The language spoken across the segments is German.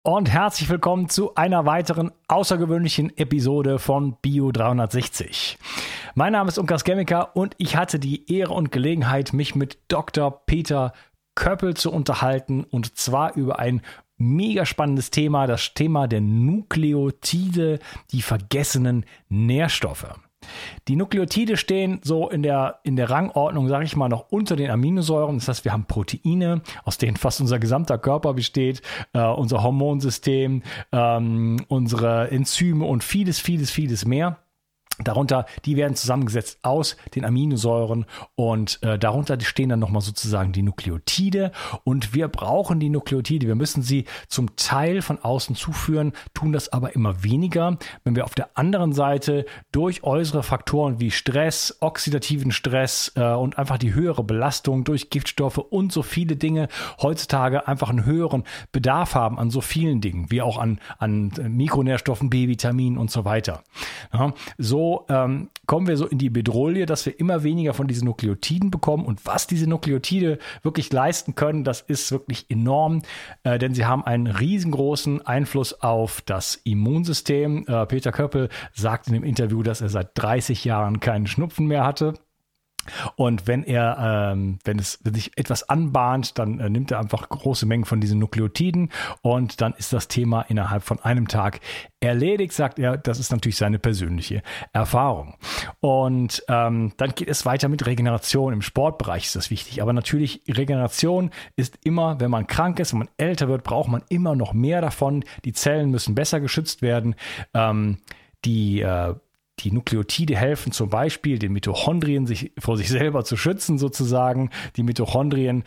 und herzlich willkommen zu einer weiteren außergewöhnlichen Episode von Bio 360. Mein Name ist Unkas Gemmika und ich hatte die Ehre und Gelegenheit, mich mit Dr. Peter Köppel zu unterhalten, und zwar über ein mega spannendes Thema, das Thema der Nukleotide, die vergessenen Nährstoffe. Die Nukleotide stehen so in der Rangordnung, sage ich mal, noch unter den Aminosäuren. Das heißt, wir haben Proteine, aus denen fast unser gesamter Körper besteht, unser Hormonsystem, unsere Enzyme und vieles mehr. Darunter, die werden zusammengesetzt aus den Aminosäuren, und darunter stehen dann nochmal sozusagen die Nukleotide, und wir brauchen die Nukleotide. Wir müssen sie zum Teil von außen zuführen, tun das aber immer weniger, wenn wir auf der anderen Seite durch äußere Faktoren wie Stress, oxidativen Stress und einfach die höhere Belastung durch Giftstoffe und so viele Dinge heutzutage einfach einen höheren Bedarf haben an so vielen Dingen, wie auch an Mikronährstoffen, B-Vitaminen und so weiter. Ja, so kommen wir so in die Bedrohung, dass wir immer weniger von diesen Nukleotiden bekommen. Und was diese Nukleotide wirklich leisten können, das ist wirklich enorm, denn sie haben einen riesengroßen Einfluss auf das Immunsystem. Peter Köppel sagt in dem Interview, dass er seit 30 Jahren keinen Schnupfen mehr hatte. Und wenn sich etwas anbahnt, dann nimmt er einfach große Mengen von diesen Nukleotiden, und dann ist das Thema innerhalb von einem Tag erledigt, sagt er. Das ist natürlich seine persönliche Erfahrung. Und dann geht es weiter mit Regeneration. Im Sportbereich ist das wichtig. Aber natürlich, Regeneration ist immer, wenn man krank ist, wenn man älter wird, braucht man immer noch mehr davon. Die Zellen müssen besser geschützt werden. Die Nukleotide helfen zum Beispiel den Mitochondrien, sich vor sich selber zu schützen sozusagen. Die Mitochondrien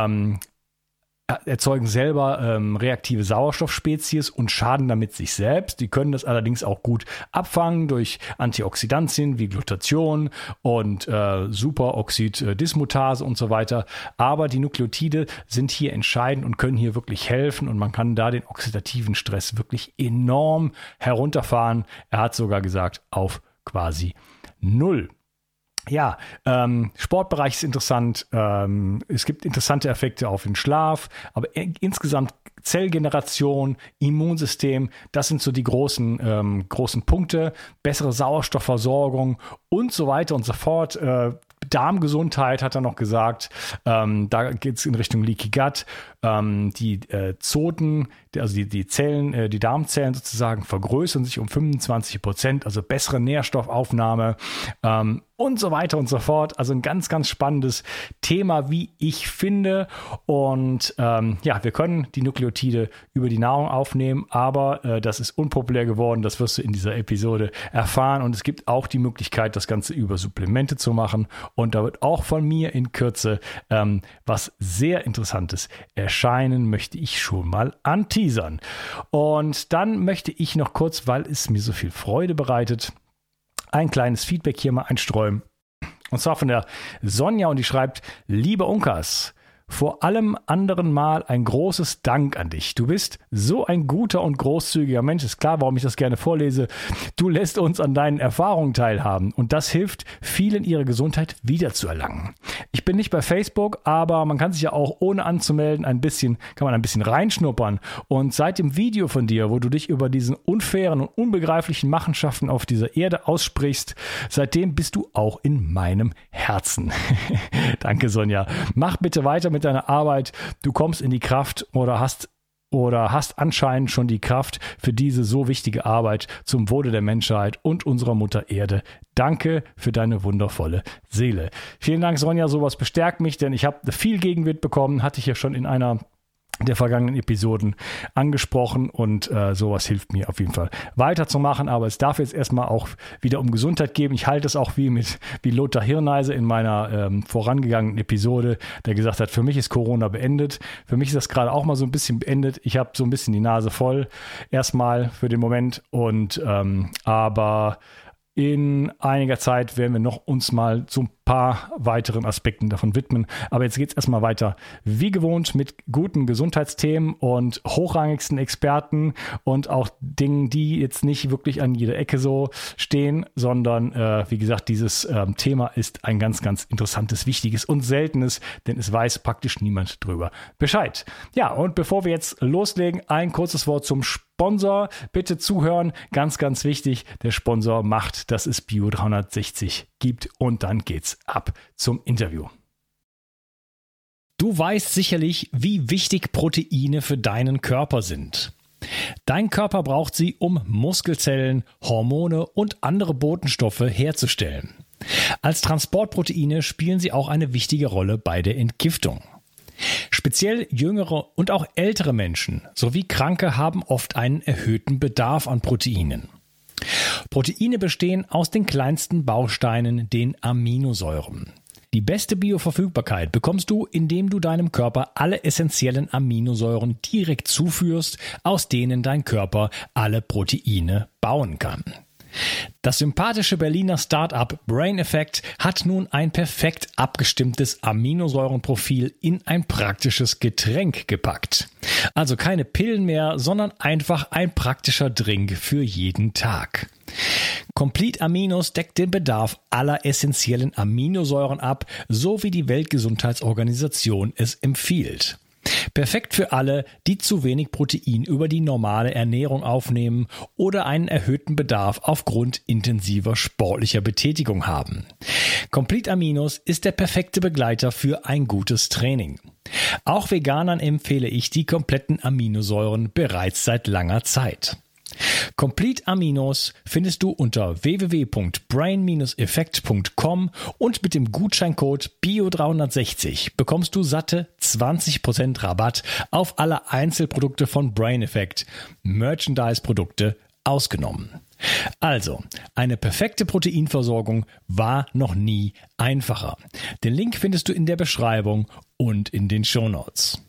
erzeugen selber reaktive Sauerstoffspezies und schaden damit sich selbst. Die können das allerdings auch gut abfangen durch Antioxidantien wie Glutathion und Superoxid-Dismutase und so weiter. Aber die Nukleotide sind hier entscheidend und können hier wirklich helfen, und man kann da den oxidativen Stress wirklich enorm herunterfahren. Er hat sogar gesagt, auf quasi 0. Ja, Sportbereich ist interessant. Es gibt interessante Effekte auf den Schlaf, aber insgesamt Zellgeneration, Immunsystem, das sind so die großen Punkte. Bessere Sauerstoffversorgung und so weiter und so fort. Darmgesundheit hat er noch gesagt. Da geht es in Richtung Leaky Gut. Die Zoten, also die Zellen, die Darmzellen sozusagen, vergrößern sich um 25%, also bessere Nährstoffaufnahme und so weiter und so fort. Also ein ganz, ganz spannendes Thema, wie ich finde. Und wir können die Nukleotide über die Nahrung aufnehmen, aber das ist unpopulär geworden. Das wirst du in dieser Episode erfahren. Und es gibt auch die Möglichkeit, das Ganze über Supplemente zu machen. Und da wird auch von mir in Kürze was sehr Interessantes erscheinen, möchte ich schon mal anteasern. Und dann möchte ich noch kurz, weil es mir so viel Freude bereitet, ein kleines Feedback hier mal einstreuen. Und zwar von der Sonja, und die schreibt: Lieber Unkas, vor allem anderen Mal ein großes Dank an dich. Du bist so ein guter und großzügiger Mensch. Ist klar, warum ich das gerne vorlese. Du lässt uns an deinen Erfahrungen teilhaben, und das hilft vielen, ihre Gesundheit wiederzuerlangen. Ich bin nicht bei Facebook, aber man kann sich ja auch ohne anzumelden ein bisschen reinschnuppern. Und seit dem Video von dir, wo du dich über diesen unfairen und unbegreiflichen Machenschaften auf dieser Erde aussprichst, seitdem bist du auch in meinem Herzen. Danke, Sonja. Mach bitte weiter mit deiner Arbeit. Du kommst in die Kraft oder hast anscheinend schon die Kraft für diese so wichtige Arbeit zum Wohle der Menschheit und unserer Mutter Erde. Danke für deine wundervolle Seele. Vielen Dank, Sonja. Sowas bestärkt mich, denn ich habe viel Gegenwind bekommen, hatte ich ja schon in einer der vergangenen Episoden angesprochen, und sowas hilft mir auf jeden Fall weiterzumachen. Aber es darf jetzt erstmal auch wieder um Gesundheit gehen. Ich halte es auch wie Lothar Hirneise in meiner vorangegangenen Episode, der gesagt hat, für mich ist Corona beendet. Für mich ist das gerade auch mal so ein bisschen beendet. Ich habe so ein bisschen die Nase voll erstmal für den Moment, und aber In einiger Zeit werden wir noch uns mal so ein paar weiteren Aspekten davon widmen. Aber jetzt geht es erstmal weiter, wie gewohnt, mit guten Gesundheitsthemen und hochrangigsten Experten und auch Dingen, die jetzt nicht wirklich an jeder Ecke so stehen, sondern wie gesagt, dieses Thema ist ein ganz, ganz interessantes, wichtiges und seltenes, denn es weiß praktisch niemand drüber Bescheid. Ja, und bevor wir jetzt loslegen, ein kurzes Wort zum Sponsor. Bitte zuhören, ganz, ganz wichtig, der Sponsor macht, dass es Bio 360 gibt und dann geht's ab zum Interview. Du weißt sicherlich, wie wichtig Proteine für deinen Körper sind. Dein Körper braucht sie, um Muskelzellen, Hormone und andere Botenstoffe herzustellen. Als Transportproteine spielen sie auch eine wichtige Rolle bei der Entgiftung. Speziell jüngere und auch ältere Menschen sowie Kranke haben oft einen erhöhten Bedarf an Proteinen. Proteine bestehen aus den kleinsten Bausteinen, den Aminosäuren. Die beste Bioverfügbarkeit bekommst du, indem du deinem Körper alle essentiellen Aminosäuren direkt zuführst, aus denen dein Körper alle Proteine bauen kann. Das sympathische Berliner Start-up Brain Effect hat nun ein perfekt abgestimmtes Aminosäurenprofil in ein praktisches Getränk gepackt. Also keine Pillen mehr, sondern einfach ein praktischer Drink für jeden Tag. Complete Aminos deckt den Bedarf aller essentiellen Aminosäuren ab, so wie die Weltgesundheitsorganisation es empfiehlt. Perfekt für alle, die zu wenig Protein über die normale Ernährung aufnehmen oder einen erhöhten Bedarf aufgrund intensiver sportlicher Betätigung haben. Complete Aminos ist der perfekte Begleiter für ein gutes Training. Auch Veganern empfehle ich die kompletten Aminosäuren bereits seit langer Zeit. Complete Aminos findest du unter www.brain-effekt.com und mit dem Gutscheincode BIO360 bekommst du satte 20% Rabatt auf alle Einzelprodukte von Brain Effect, Merchandise-Produkte ausgenommen. Also, eine perfekte Proteinversorgung war noch nie einfacher. Den Link findest du in der Beschreibung und in den Shownotes.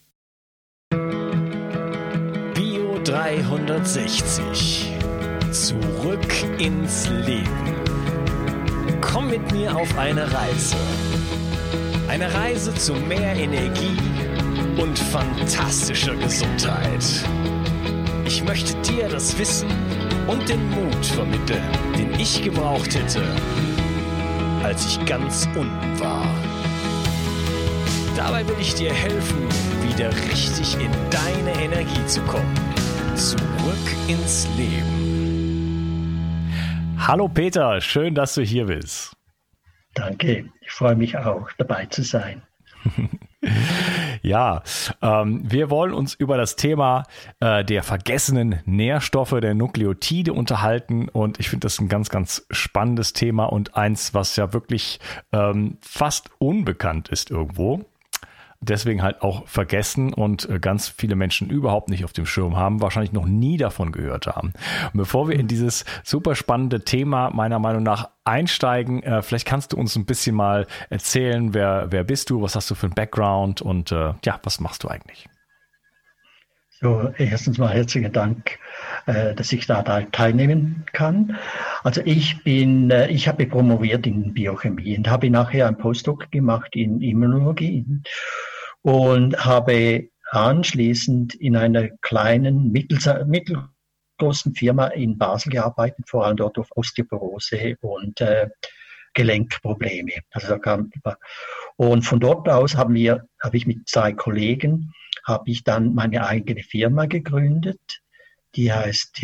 360. Zurück ins Leben. Komm mit mir auf eine Reise. Eine Reise zu mehr Energie und fantastischer Gesundheit. Ich möchte dir das Wissen und den Mut vermitteln, den ich gebraucht hätte, als ich ganz unten war. Dabei will ich dir helfen, wieder richtig in deine Energie zu kommen. Zurück ins Leben. Hallo Peter, schön, dass du hier bist. Danke, ich freue mich auch, dabei zu sein. Ja, wir wollen uns über das Thema der vergessenen Nährstoffe, der Nukleotide unterhalten und ich finde das ein ganz, ganz spannendes Thema und eins, was ja wirklich fast unbekannt ist irgendwo. Deswegen halt auch vergessen und ganz viele Menschen überhaupt nicht auf dem Schirm haben, wahrscheinlich noch nie davon gehört haben. Und bevor wir in dieses super spannende Thema meiner Meinung nach einsteigen, vielleicht kannst du uns ein bisschen mal erzählen, wer bist du, was hast du für einen Background und was machst du eigentlich? So, erstens mal herzlichen Dank, dass ich da teilnehmen kann. Also ich habe promoviert in Biochemie und habe nachher ein Postdoc gemacht in Immunologie und habe anschließend in einer kleinen, mittelgroßen Firma in Basel gearbeitet, vor allem dort auf Osteoporose und Gelenkprobleme. Und von dort aus habe ich mit 2 Kollegen dann meine eigene Firma gegründet. Die heißt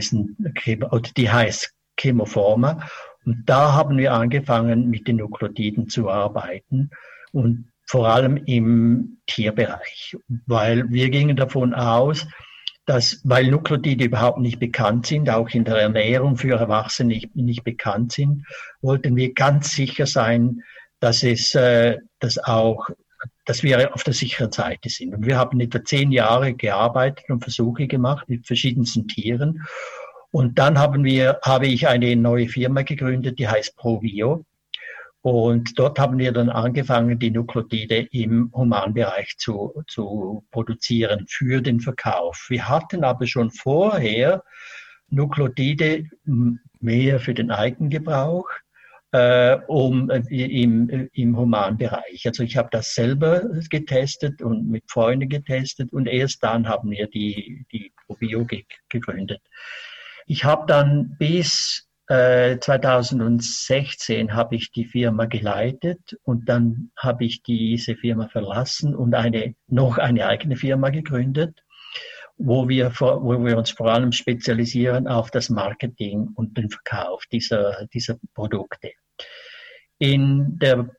Chemoforma. Und da haben wir angefangen, mit den Nukleotiden zu arbeiten und vor allem im Tierbereich, weil wir gingen davon aus, weil Nukleotide überhaupt nicht bekannt sind, auch in der Ernährung für Erwachsene nicht bekannt sind, wollten wir ganz sicher sein, dass wir auf der sicheren Seite sind. Und wir haben etwa 10 Jahre gearbeitet und Versuche gemacht mit verschiedensten Tieren. Und dann habe ich eine neue Firma gegründet, die heißt ProBio. Und dort haben wir dann angefangen, die Nukleotide im Humanbereich zu produzieren für den Verkauf. Wir hatten aber schon vorher Nukleotide mehr für den Eigengebrauch, im Humanbereich. Also ich habe das selber getestet und mit Freunden getestet und erst dann haben wir die ProBio gegründet. Ich habe dann bis 2016 habe ich die Firma geleitet und dann habe ich diese Firma verlassen und noch eine eigene Firma gegründet, wo wir uns vor allem spezialisieren auf das Marketing und den Verkauf dieser Produkte. In der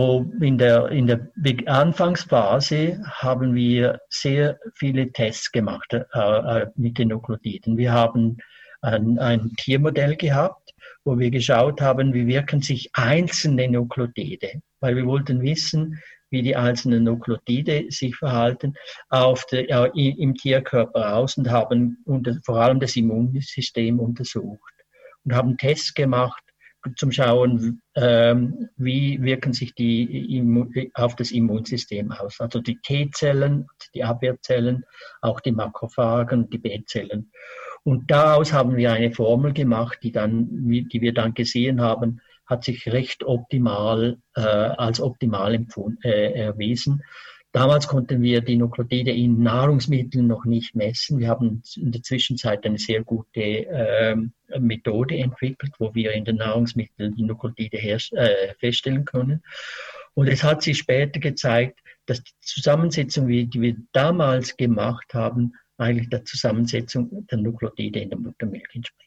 Anfangsphase haben wir sehr viele Tests gemacht mit den Nukleotiden. Wir haben ein Tiermodell gehabt, wo wir geschaut haben, wie wirken sich einzelne Nukleotide, weil wir wollten wissen, wie die einzelnen Nukleotide sich verhalten im Tierkörper aus und haben vor allem das Immunsystem untersucht und haben Tests gemacht, zum Schauen, wie wirken sich die auf das Immunsystem aus. Also die T-Zellen, die Abwehrzellen, auch die Makrophagen, die B-Zellen. Und daraus haben wir eine Formel gemacht, die wir dann gesehen haben, hat sich recht als optimal erwiesen. Damals konnten wir die Nukleotide in Nahrungsmitteln noch nicht messen. Wir haben in der Zwischenzeit eine sehr gute Methode entwickelt, wo wir in den Nahrungsmitteln die Nukleotide feststellen können. Und es hat sich später gezeigt, dass die Zusammensetzung, die wir damals gemacht haben, eigentlich der Zusammensetzung der Nukleotide in der Muttermilch entspricht.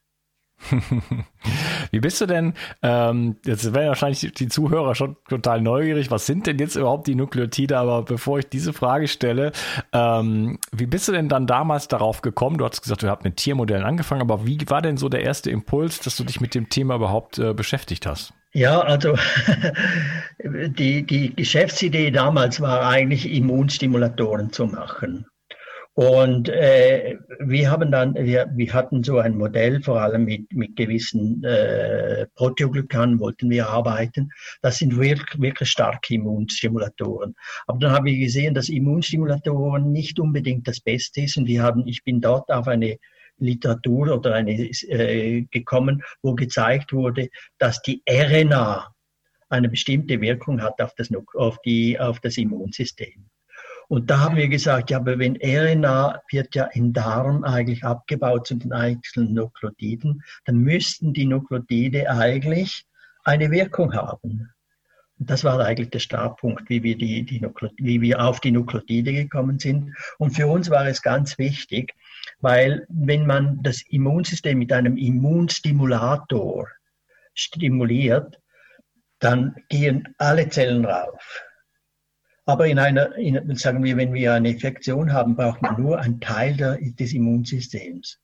Wie bist du denn, jetzt werden wahrscheinlich die Zuhörer schon total neugierig, was sind denn jetzt überhaupt die Nukleotide, aber bevor ich diese Frage stelle, wie bist du denn dann damals darauf gekommen? Du hast gesagt, du hast mit Tiermodellen angefangen, aber wie war denn so der erste Impuls, dass du dich mit dem Thema überhaupt beschäftigt hast? Ja, also die Geschäftsidee damals war eigentlich, Immunstimulatoren zu machen. Und wir hatten so ein Modell, vor allem mit gewissen Proteoglykanen wollten wir arbeiten. Das sind wirklich starke Immunstimulatoren. Aber dann haben wir gesehen, dass Immunstimulatoren nicht unbedingt das Beste ist. Und ich bin dort auf eine Literatur oder gekommen, wo gezeigt wurde, dass die RNA eine bestimmte Wirkung hat auf das Immunsystem. Und da haben wir gesagt, ja, aber wenn RNA wird ja im Darm eigentlich abgebaut zu den einzelnen Nukleotiden, dann müssten die Nukleotide eigentlich eine Wirkung haben. Und das war eigentlich der Startpunkt, wie wir auf die Nukleotide gekommen sind. Und für uns war es ganz wichtig, weil wenn man das Immunsystem mit einem Immunstimulator stimuliert, dann gehen alle Zellen rauf. Aber sagen wir, wenn wir eine Infektion haben, braucht man nur einen Teil des Immunsystems.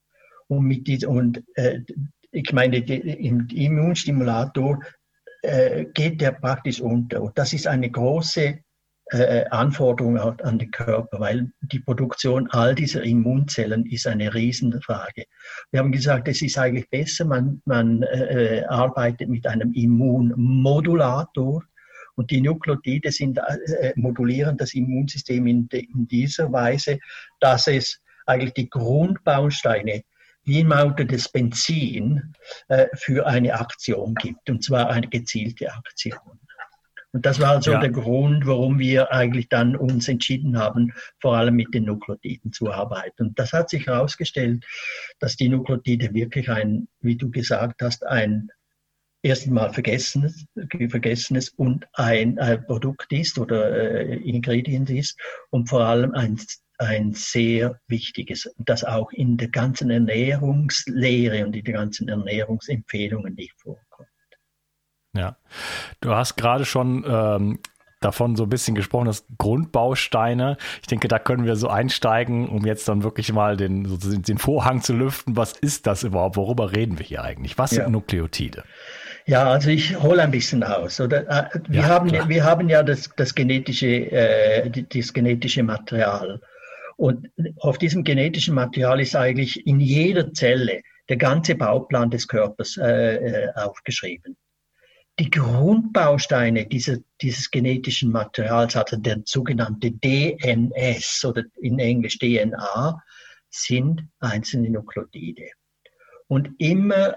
Ich meine, im Immunstimulator geht der praktisch unter. Und das ist eine große Anforderung an den Körper, weil die Produktion all dieser Immunzellen ist eine Riesenfrage. Wir haben gesagt, es ist eigentlich besser, man arbeitet mit einem Immunmodulator. Und die Nukleotide modulieren das Immunsystem in dieser Weise, dass es eigentlich die Grundbausteine wie im Auto des Benzin für eine Aktion gibt, und zwar eine gezielte Aktion. Und das war also der Grund, warum wir eigentlich dann uns entschieden haben, vor allem mit den Nukleotiden zu arbeiten. Und das hat sich herausgestellt, dass die Nukleotide wirklich wie du gesagt hast, erstmal vergessenes und ein Produkt ist oder Ingredient ist und vor allem ein sehr wichtiges, das auch in der ganzen Ernährungslehre und in den ganzen Ernährungsempfehlungen nicht vorkommt. Ja, du hast gerade schon davon so ein bisschen gesprochen, das Grundbausteine. Ich denke, da können wir so einsteigen, um jetzt dann wirklich mal den Vorhang zu lüften. Was ist das überhaupt? Worüber reden wir hier eigentlich? Was sind Nukleotide? Ja, also ich hole ein bisschen aus. Wir haben ja das genetische Material. Und auf diesem genetischen Material ist eigentlich in jeder Zelle der ganze Bauplan des Körpers aufgeschrieben. Die Grundbausteine dieses genetischen Materials, also der sogenannte DNS oder in Englisch DNA, sind einzelne Nukleotide. Und immer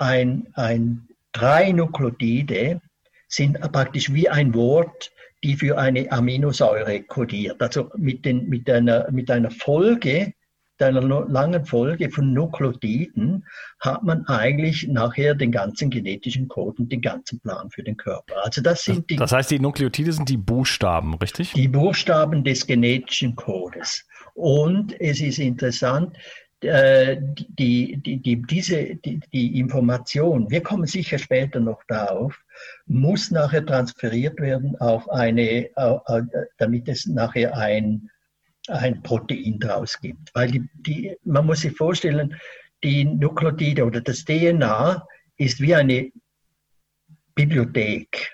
drei Nukleotide sind praktisch wie ein Wort, die für eine Aminosäure kodiert. Also mit einer Folge, einer langen Folge von Nukleotiden hat man eigentlich nachher den ganzen genetischen Code und den ganzen Plan für den Körper. Also das heißt, die Nukleotide sind die Buchstaben, richtig? Die Buchstaben des genetischen Codes. Und es ist interessant, die Information, wir kommen sicher später noch darauf, muss nachher transferiert werden damit es nachher ein Protein daraus gibt. Weil man muss sich vorstellen, die Nukleotide oder das DNA ist wie eine Bibliothek.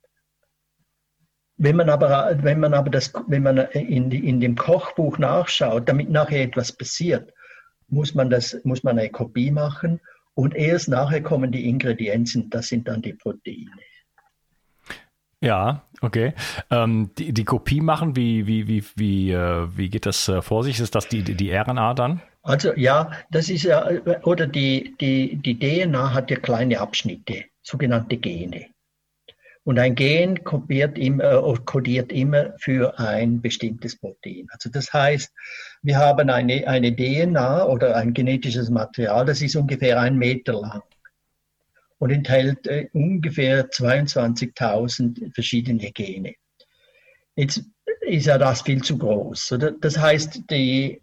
Wenn man in dem Kochbuch nachschaut, damit nachher etwas passiert, muss man eine Kopie machen und erst nachher kommen die Ingredienzen, das sind dann die Proteine. Ja, okay. Die Kopie machen, wie geht das vor sich? Ist das die RNA dann? Also ja, das ist ja, oder die DNA hat ja kleine Abschnitte, sogenannte Gene. Und ein Gen kodiert immer für ein bestimmtes Protein. Also das heißt, wir haben eine DNA oder ein genetisches Material, das ist ungefähr 1 Meter lang und enthält ungefähr 22.000 verschiedene Gene. Jetzt ist ja das viel zu groß. Oder? Das heißt, die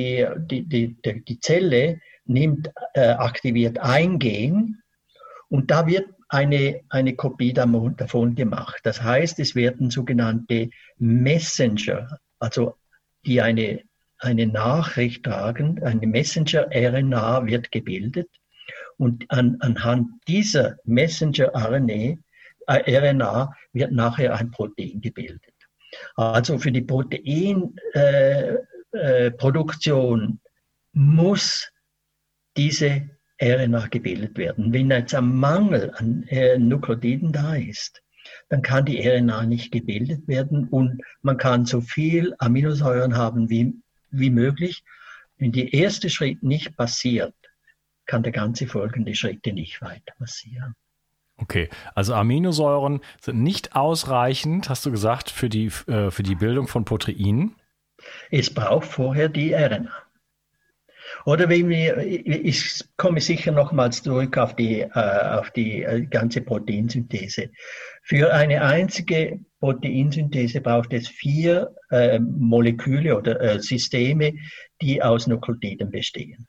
Zelle aktiviert ein Gen und da wird eine Kopie davon gemacht. Das heißt, es werden sogenannte Messenger, also die eine Nachricht tragen, eine Messenger-RNA wird gebildet und anhand dieser Messenger-RNA wird nachher ein Protein gebildet. Also für die Proteinproduktion muss diese RNA gebildet werden. Wenn jetzt ein Mangel an Nukleotiden da ist, dann kann die RNA nicht gebildet werden und man kann so viel Aminosäuren haben wie möglich. Wenn der erste Schritt nicht passiert, kann der ganze folgende Schritte nicht weiter passieren. Okay, also Aminosäuren sind nicht ausreichend, hast du gesagt, für die Bildung von Proteinen? Es braucht vorher die RNA. Oder ich komme sicher nochmals zurück auf die ganze Proteinsynthese. Für eine einzige Proteinsynthese braucht es 4 Moleküle oder Systeme, die aus Nukleotiden bestehen.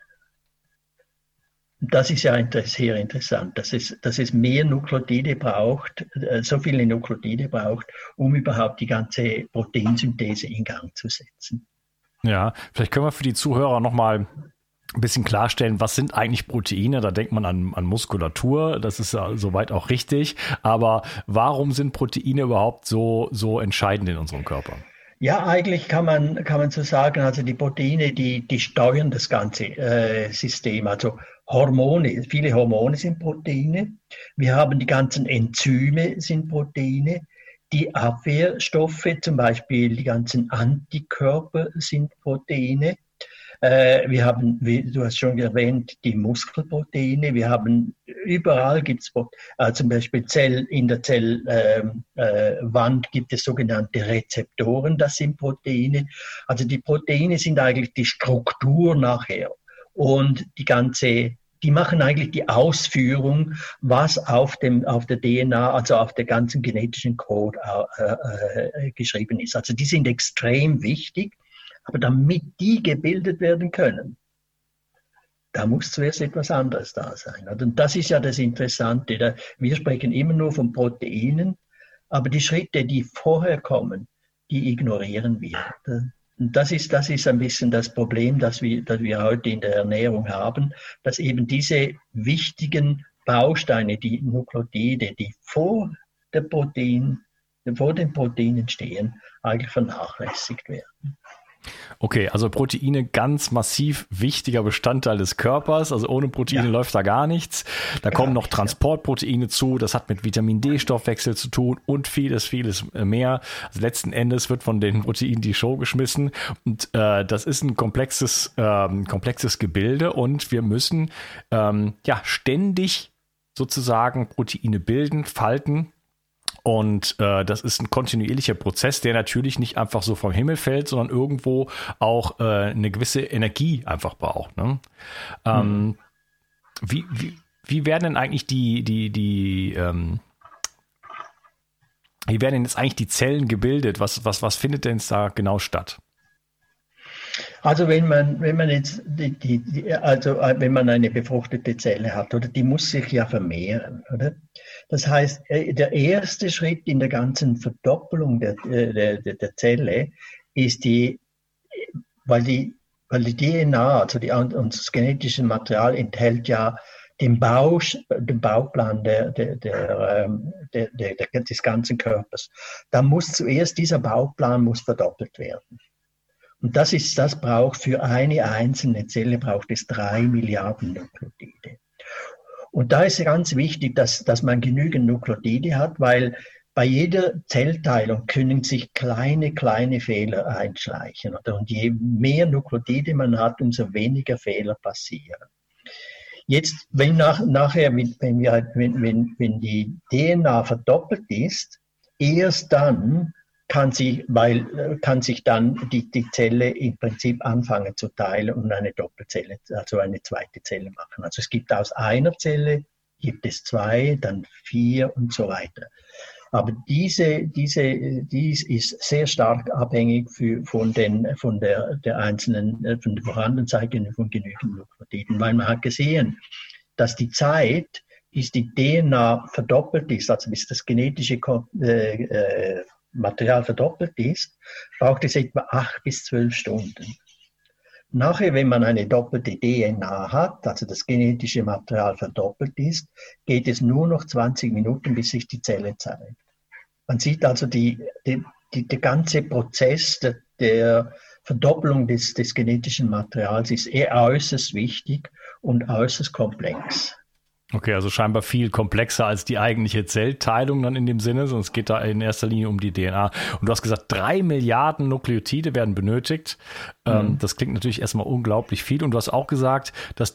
Das ist ja sehr interessant, dass es mehr Nukleotide braucht, so viele Nukleotide braucht, um überhaupt die ganze Proteinsynthese in Gang zu setzen. Ja, vielleicht können wir für die Zuhörer nochmal ein bisschen klarstellen, was sind eigentlich Proteine? Da denkt man an Muskulatur, das ist ja soweit auch richtig. Aber warum sind Proteine überhaupt so entscheidend in unserem Körper? Ja, eigentlich kann man so sagen, also die Proteine, die steuern das ganze System. Also Hormone, viele Hormone sind Proteine. Wir haben die ganzen Enzyme sind Proteine. Die Abwehrstoffe, zum Beispiel die ganzen Antikörper sind Proteine. Wir haben, wie du hast schon erwähnt, die Muskelproteine. Wir haben überall gibt's zum Beispiel in der Zellwand gibt es sogenannte Rezeptoren. Das sind Proteine. Also die Proteine sind eigentlich die Struktur nachher und die machen eigentlich die Ausführung, was auf der DNA, also auf der ganzen genetischen Code geschrieben ist. Also die sind extrem wichtig. Aber damit die gebildet werden können, da muss zuerst etwas anderes da sein. Und das ist ja das Interessante. Wir sprechen immer nur von Proteinen, aber die Schritte, die vorher kommen, die ignorieren wir. Und das ist ein bisschen das Problem, das wir heute in der Ernährung haben, dass eben diese wichtigen Bausteine, die Nukleotide, die vor den Proteinen stehen, eigentlich vernachlässigt werden. Okay, also Proteine ganz massiv wichtiger Bestandteil des Körpers. Also ohne Proteine läuft da gar nichts. Da kommen noch Transportproteine zu. Das hat mit Vitamin D-Stoffwechsel zu tun und vieles, vieles mehr. Also letzten Endes wird von den Proteinen die Show geschmissen. Und das ist ein komplexes Gebilde. Und wir müssen ständig sozusagen Proteine bilden, falten. Und das ist ein kontinuierlicher Prozess, der natürlich nicht einfach so vom Himmel fällt, sondern irgendwo auch eine gewisse Energie einfach braucht. Ne? Wie werden denn eigentlich wie werden denn jetzt eigentlich die Zellen gebildet? Was findet denn da genau statt? Also wenn man jetzt wenn man eine befruchtete Zelle hat, oder die muss sich ja vermehren, oder? Das heißt, der erste Schritt in der ganzen Verdoppelung der Zelle ist weil die DNA, also unser genetisches Material enthält ja den Bauplan des ganzen Körpers. Da muss zuerst dieser Bauplan verdoppelt werden. Und das braucht für eine einzelne Zelle braucht es 3 Milliarden Nukleotide. Und da ist ganz wichtig, dass man genügend Nukleotide hat, weil bei jeder Zellteilung können sich kleine Fehler einschleichen. Und je mehr Nukleotide man hat, umso weniger Fehler passieren. Jetzt, wenn die DNA verdoppelt ist, erst dann kann sich dann die Zelle im Prinzip anfangen zu teilen und eine Doppelzelle, also eine zweite Zelle machen. Also es gibt aus einer Zelle, gibt es 2, dann 4 und so weiter. Aber dies ist sehr stark abhängig von der Vorhandensein von genügend Nukleotiden, weil man hat gesehen, dass die Zeit, bis die DNA verdoppelt ist, also bis das genetische Material verdoppelt ist, braucht es etwa 8 bis 12 Stunden. Nachher, wenn man eine doppelte DNA hat, also das genetische Material verdoppelt ist, geht es nur noch 20 Minuten, bis sich die Zelle zeigt. Man sieht also, der ganze Prozess der Verdoppelung des genetischen Materials ist äußerst wichtig und äußerst komplex. Okay, also scheinbar viel komplexer als die eigentliche Zellteilung dann in dem Sinne, sondern es geht da in erster Linie um die DNA. Und du hast gesagt, 3 Milliarden Nukleotide werden benötigt. Das klingt natürlich erstmal unglaublich viel. Und du hast auch gesagt, dass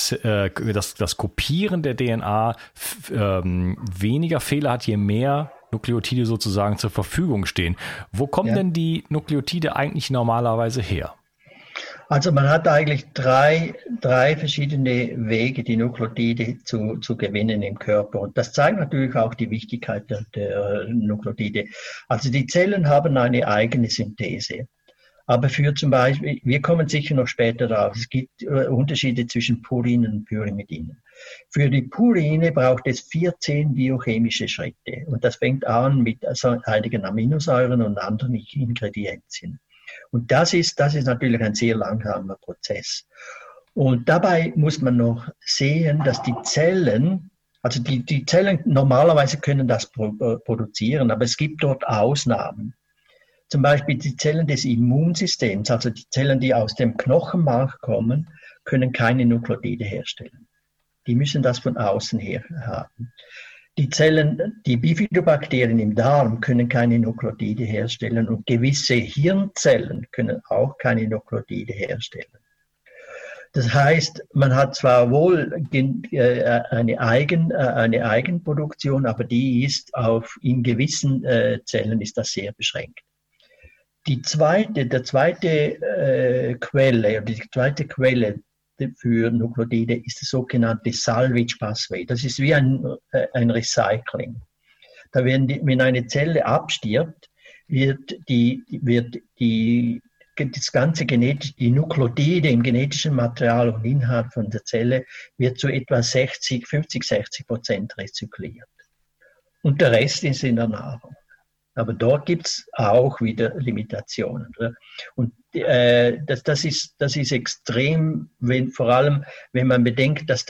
das Kopieren der DNA weniger Fehler hat, je mehr Nukleotide sozusagen zur Verfügung stehen. Wo kommen denn die Nukleotide eigentlich normalerweise her? Also man hat eigentlich drei verschiedene Wege, die Nukleotide zu gewinnen im Körper. Und das zeigt natürlich auch die Wichtigkeit der Nukleotide. Also die Zellen haben eine eigene Synthese. Aber für zum Beispiel, wir kommen sicher noch später drauf, es gibt Unterschiede zwischen Purinen und Pyrimidinen. Für die Purine braucht es 14 biochemische Schritte. Und das fängt an mit einigen Aminosäuren und anderen Ingredienzien. Und das ist natürlich ein sehr langsamer Prozess. Und dabei muss man noch sehen, dass die Zellen, also die Zellen normalerweise können das produzieren, aber es gibt dort Ausnahmen. Zum Beispiel die Zellen des Immunsystems, also die Zellen, die aus dem Knochenmark kommen, können keine Nukleotide herstellen. Die müssen das von außen her haben. Die Bifidobakterien im Darm können keine Nukleotide herstellen und gewisse Hirnzellen können auch keine Nukleotide herstellen. Das heißt, man hat zwar wohl eine Eigenproduktion, aber die ist in gewissen Zellen ist das sehr beschränkt. Die zweite Quelle für Nukleotide ist das sogenannte Salvage Pathway. Das ist wie ein Recycling. Da wenn eine Zelle abstirbt, wird die Nukleotide im genetischen Material und Inhalt von der Zelle wird zu etwa 50-60% rezykliert. Und der Rest ist in der Nahrung. Aber dort gibt es auch wieder Limitationen. Und das ist extrem, vor allem wenn man bedenkt, dass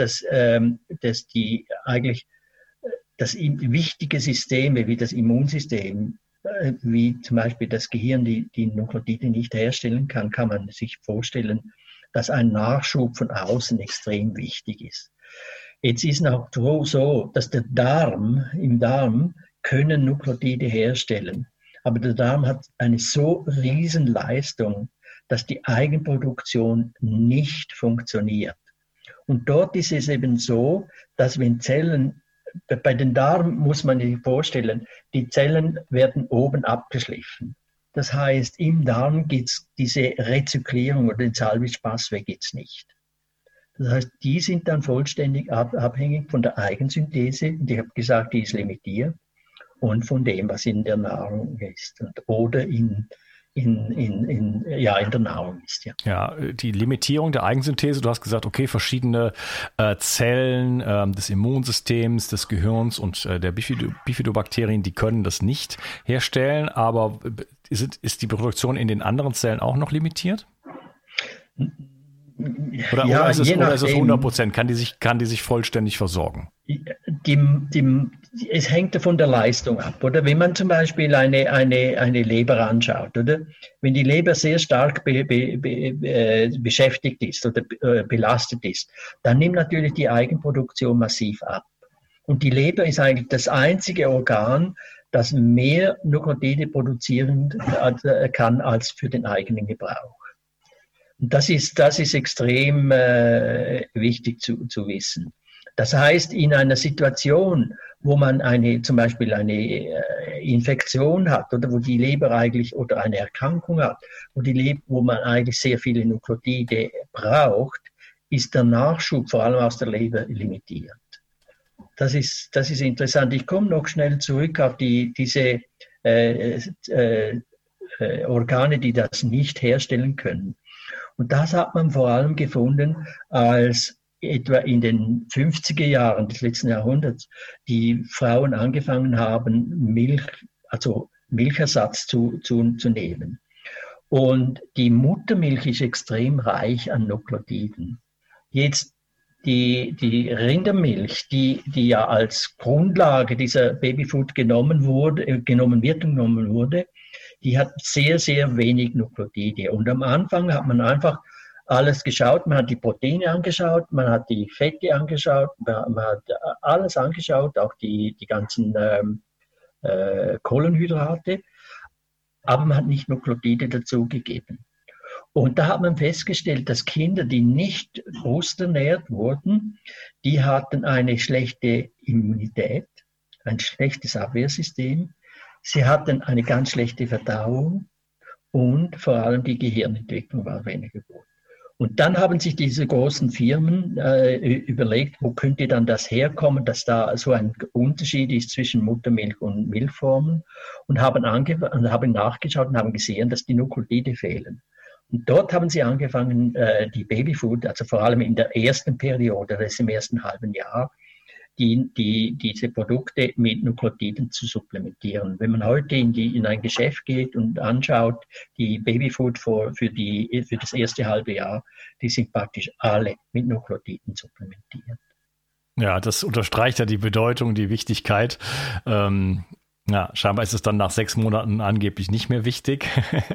wichtige Systeme wie das Immunsystem wie zum Beispiel das Gehirn die Nukleotide nicht herstellen kann, kann man sich vorstellen, dass ein Nachschub von außen extrem wichtig ist. Jetzt ist auch so, dass im Darm können Nukleotide herstellen. Aber der Darm hat eine so riesen Leistung, dass die Eigenproduktion nicht funktioniert. Und dort ist es eben so, dass wenn Zellen, bei den Darm muss man sich vorstellen, die Zellen werden oben abgeschliffen. Das heißt, im Darm gibt es diese Rezyklierung oder den Salvage-Passweg gibt's nicht. Das heißt, die sind dann vollständig abhängig von der Eigensynthese, und ich habe gesagt, die ist limitiert, und von dem, was in der Nahrung ist oder in der Nahrung ist. Ja. Ja, die Limitierung der Eigensynthese, du hast gesagt, okay, verschiedene Zellen des Immunsystems, des Gehirns und der Bifidobakterien, die können das nicht herstellen, aber ist die Produktion in den anderen Zellen auch noch limitiert? Oder ist es 100%? Kann die sich vollständig versorgen? Es hängt von der Leistung ab, oder? Wenn man zum Beispiel eine Leber anschaut, oder? Wenn die Leber sehr stark beschäftigt ist oder belastet ist, dann nimmt natürlich die Eigenproduktion massiv ab. Und die Leber ist eigentlich das einzige Organ, das mehr Nukleotide produzieren kann als für den eigenen Gebrauch. Und das ist extrem wichtig zu wissen. Das heißt, in einer Situation, wo man zum Beispiel eine Infektion hat oder wo die Leber eigentlich oder eine Erkrankung hat, wo man eigentlich sehr viele Nukleotide braucht, ist der Nachschub vor allem aus der Leber limitiert. Das ist interessant. Ich komme noch schnell zurück auf diese Organe, die das nicht herstellen können. Und das hat man vor allem gefunden, als etwa in den 50er Jahren des letzten Jahrhunderts die Frauen angefangen haben, Milchersatz zu nehmen. Und die Muttermilch ist extrem reich an Nukleotiden. Jetzt die Rindermilch, die ja als Grundlage dieser Babyfood genommen wurde, die hat sehr, sehr wenig Nukleotide. Und am Anfang hat man einfach alles geschaut. Man hat die Proteine angeschaut, man hat die Fette angeschaut, man hat alles angeschaut, auch die ganzen Kohlenhydrate. Aber man hat nicht Nukleotide dazugegeben. Und da hat man festgestellt, dass Kinder, die nicht brusternährt wurden, die hatten eine schlechte Immunität, ein schlechtes Abwehrsystem. Sie hatten eine ganz schlechte Verdauung und vor allem die Gehirnentwicklung war weniger gut. Und dann haben sich diese großen Firmen überlegt, wo könnte dann das herkommen, dass da so ein Unterschied ist zwischen Muttermilch und Milchformen und haben nachgeschaut und haben gesehen, dass die Nukleotide fehlen. Und dort haben sie angefangen, die Babyfood, also vor allem in der ersten Periode, das ist im ersten halben Jahr, diese Produkte mit Nukleotiden zu supplementieren. Wenn man heute in ein Geschäft geht und anschaut, die Babyfood für das erste halbe Jahr, die sind praktisch alle mit Nukleotiden supplementiert. Ja, das unterstreicht ja die Bedeutung, die Wichtigkeit. Ja, scheinbar ist es dann nach 6 Monaten angeblich nicht mehr wichtig.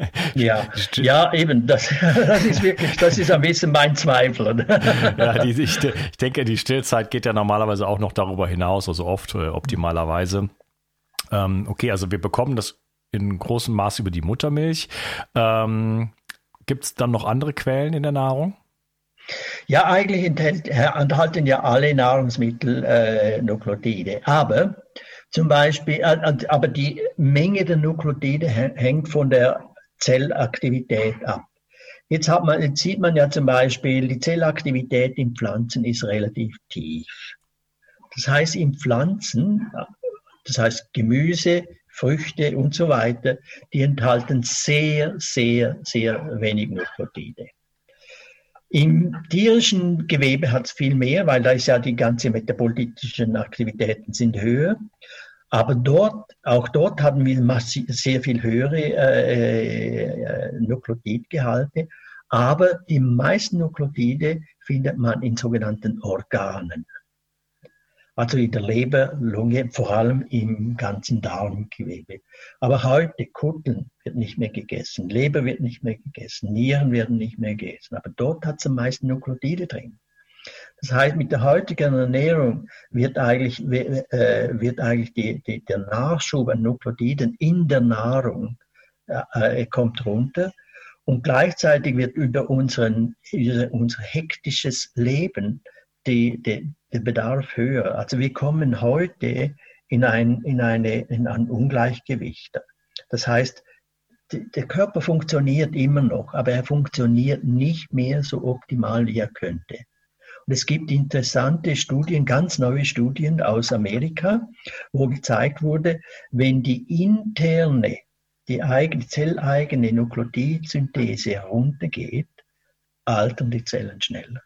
Ja, eben, das ist ein bisschen mein Zweifel. Ja, ich denke, die Stillzeit geht ja normalerweise auch noch darüber hinaus, also oft optimalerweise. Okay, also wir bekommen das in großem Maß über die Muttermilch. Gibt es dann noch andere Quellen in der Nahrung? Ja, eigentlich enthalten ja alle Nahrungsmittel Nukleotide, aber zum Beispiel, aber die Menge der Nukleotide hängt von der Zellaktivität ab. Jetzt sieht man ja zum Beispiel, die Zellaktivität in Pflanzen ist relativ tief. Das heißt, in Pflanzen, das heißt Gemüse, Früchte und so weiter, die enthalten sehr, sehr, sehr wenig Nukleotide. Im tierischen Gewebe hat es viel mehr, weil da ist ja die ganze metabolitischen Aktivitäten sind höher. Aber auch dort haben wir sehr viel höhere Nukleotidgehalte. Aber die meisten Nukleotide findet man in sogenannten Organen. Also in der Leber, Lunge, vor allem im ganzen Darmgewebe. Aber heute Kutteln wird nicht mehr gegessen, Leber wird nicht mehr gegessen, Nieren werden nicht mehr gegessen. Aber dort hat es am meisten Nukleotide drin. Das heißt, mit der heutigen Ernährung wird eigentlich der Nachschub an Nukleotiden in der Nahrung kommt runter. Und gleichzeitig wird über unser hektisches Leben der Bedarf höher. Also wir kommen heute in ein Ungleichgewicht. Das heißt, der Körper funktioniert immer noch, aber er funktioniert nicht mehr so optimal, wie er könnte. Und es gibt interessante Studien, ganz neue Studien aus Amerika, wo gezeigt wurde, wenn die zelleigene Nukleotidsynthese heruntergeht, altern die Zellen schneller.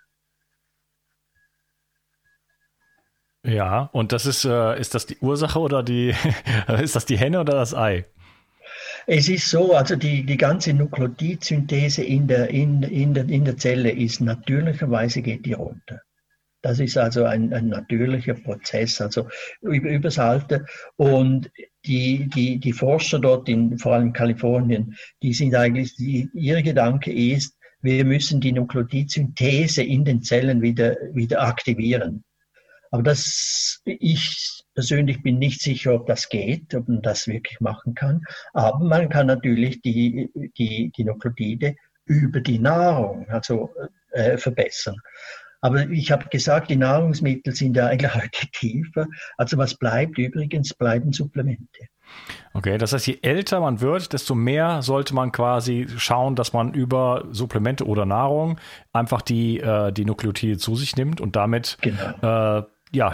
Ja, und das ist das die Ursache oder ist das die Henne oder das Ei? Es ist so, also die ganze Nukleotidsynthese in der Zelle ist natürlicherweise geht die runter. Das ist also ein natürlicher Prozess, also übers Alter. Und die Forscher dort, vor allem in Kalifornien, die sind eigentlich, ihr Gedanke ist, wir müssen die Nukleotidsynthese in den Zellen wieder aktivieren. Aber ich persönlich bin nicht sicher, ob das geht, ob man das wirklich machen kann. Aber man kann natürlich die Nukleotide über die Nahrung verbessern. Aber ich habe gesagt, die Nahrungsmittel sind ja eigentlich heute tiefer. Also was bleibt übrigens, bleiben Supplemente. Okay, das heißt, je älter man wird, desto mehr sollte man quasi schauen, dass man über Supplemente oder Nahrung einfach die Nukleotide zu sich nimmt und damit genau.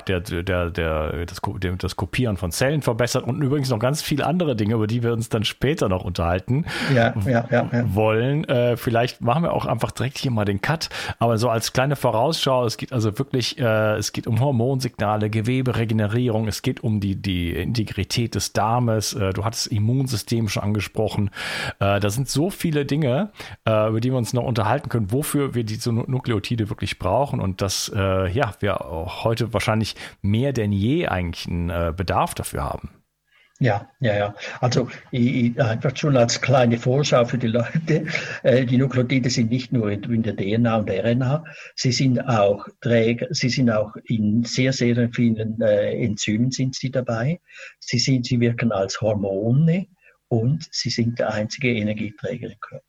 Das Kopieren von Zellen verbessert und übrigens noch ganz viele andere Dinge, über die wir uns dann später noch unterhalten wollen. Vielleicht machen wir auch einfach direkt hier mal den Cut, aber so als kleine Vorausschau, es geht also wirklich, es geht um Hormonsignale, Geweberegenerierung, es geht um die Integrität des Darmes, du hattest das Immunsystem schon angesprochen, da sind so viele Dinge, über die wir uns noch unterhalten können, wofür wir diese Nukleotide wirklich brauchen und dass wir auch heute wahrscheinlich mehr denn je eigentlich einen Bedarf dafür haben. Ja. Also einfach schon als kleine Vorschau für die Leute, die Nukleotide sind nicht nur in der DNA und der RNA, sie sind auch Träger, sie sind auch in sehr, sehr vielen Enzymen sind sie dabei. Sie wirken als Hormone und sie sind der einzige Energieträger im Körper.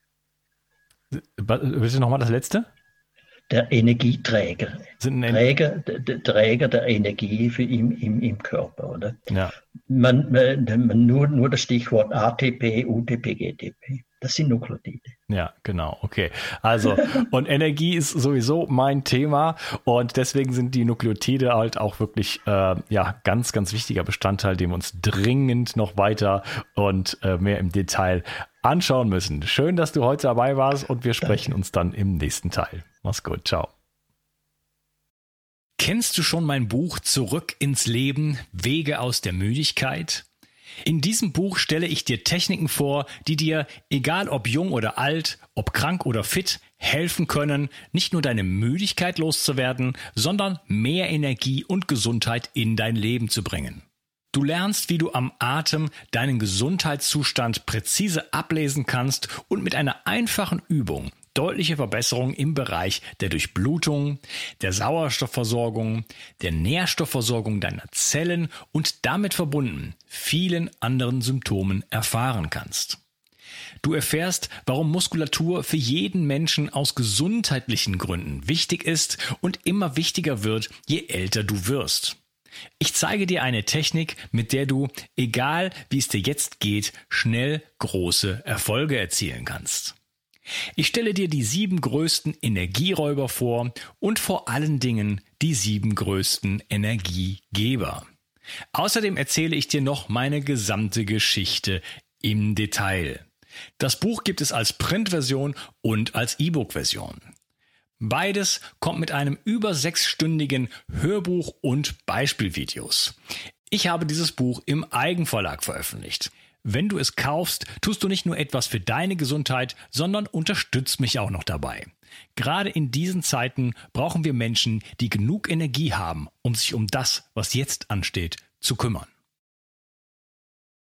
Willst du nochmal das letzte? Der Energieträger. Träger der Energie im Körper, oder? Ja. Nur das Stichwort ATP, UTP, GTP. Das sind Nukleotide. Ja, genau. Okay. Also, und Energie ist sowieso mein Thema und deswegen sind die Nukleotide halt auch wirklich, ganz, ganz wichtiger Bestandteil, den wir uns dringend noch weiter und mehr im Detail anschauen müssen. Schön, dass du heute dabei warst und wir sprechen uns dann im nächsten Teil. Mach's gut. Ciao. Kennst du schon mein Buch Zurück ins Leben, Wege aus der Müdigkeit? In diesem Buch stelle ich dir Techniken vor, die dir, egal ob jung oder alt, ob krank oder fit, helfen können, nicht nur deine Müdigkeit loszuwerden, sondern mehr Energie und Gesundheit in dein Leben zu bringen. Du lernst, wie du am Atem deinen Gesundheitszustand präzise ablesen kannst und mit einer einfachen Übung deutliche Verbesserungen im Bereich der Durchblutung, der Sauerstoffversorgung, der Nährstoffversorgung deiner Zellen und damit verbunden vielen anderen Symptomen erfahren kannst. Du erfährst, warum Muskulatur für jeden Menschen aus gesundheitlichen Gründen wichtig ist und immer wichtiger wird, je älter du wirst. Ich zeige dir eine Technik, mit der du, egal wie es dir jetzt geht, schnell große Erfolge erzielen kannst. Ich stelle dir die 7 größten Energieräuber vor und vor allen Dingen die 7 größten Energiegeber. Außerdem erzähle ich dir noch meine gesamte Geschichte im Detail. Das Buch gibt es als Printversion und als E-Book-Version. Beides kommt mit einem über 6-stündigen Hörbuch und Beispielvideos. Ich habe dieses Buch im Eigenverlag veröffentlicht. Wenn du es kaufst, tust du nicht nur etwas für deine Gesundheit, sondern unterstützt mich auch noch dabei. Gerade in diesen Zeiten brauchen wir Menschen, die genug Energie haben, um sich um das, was jetzt ansteht, zu kümmern.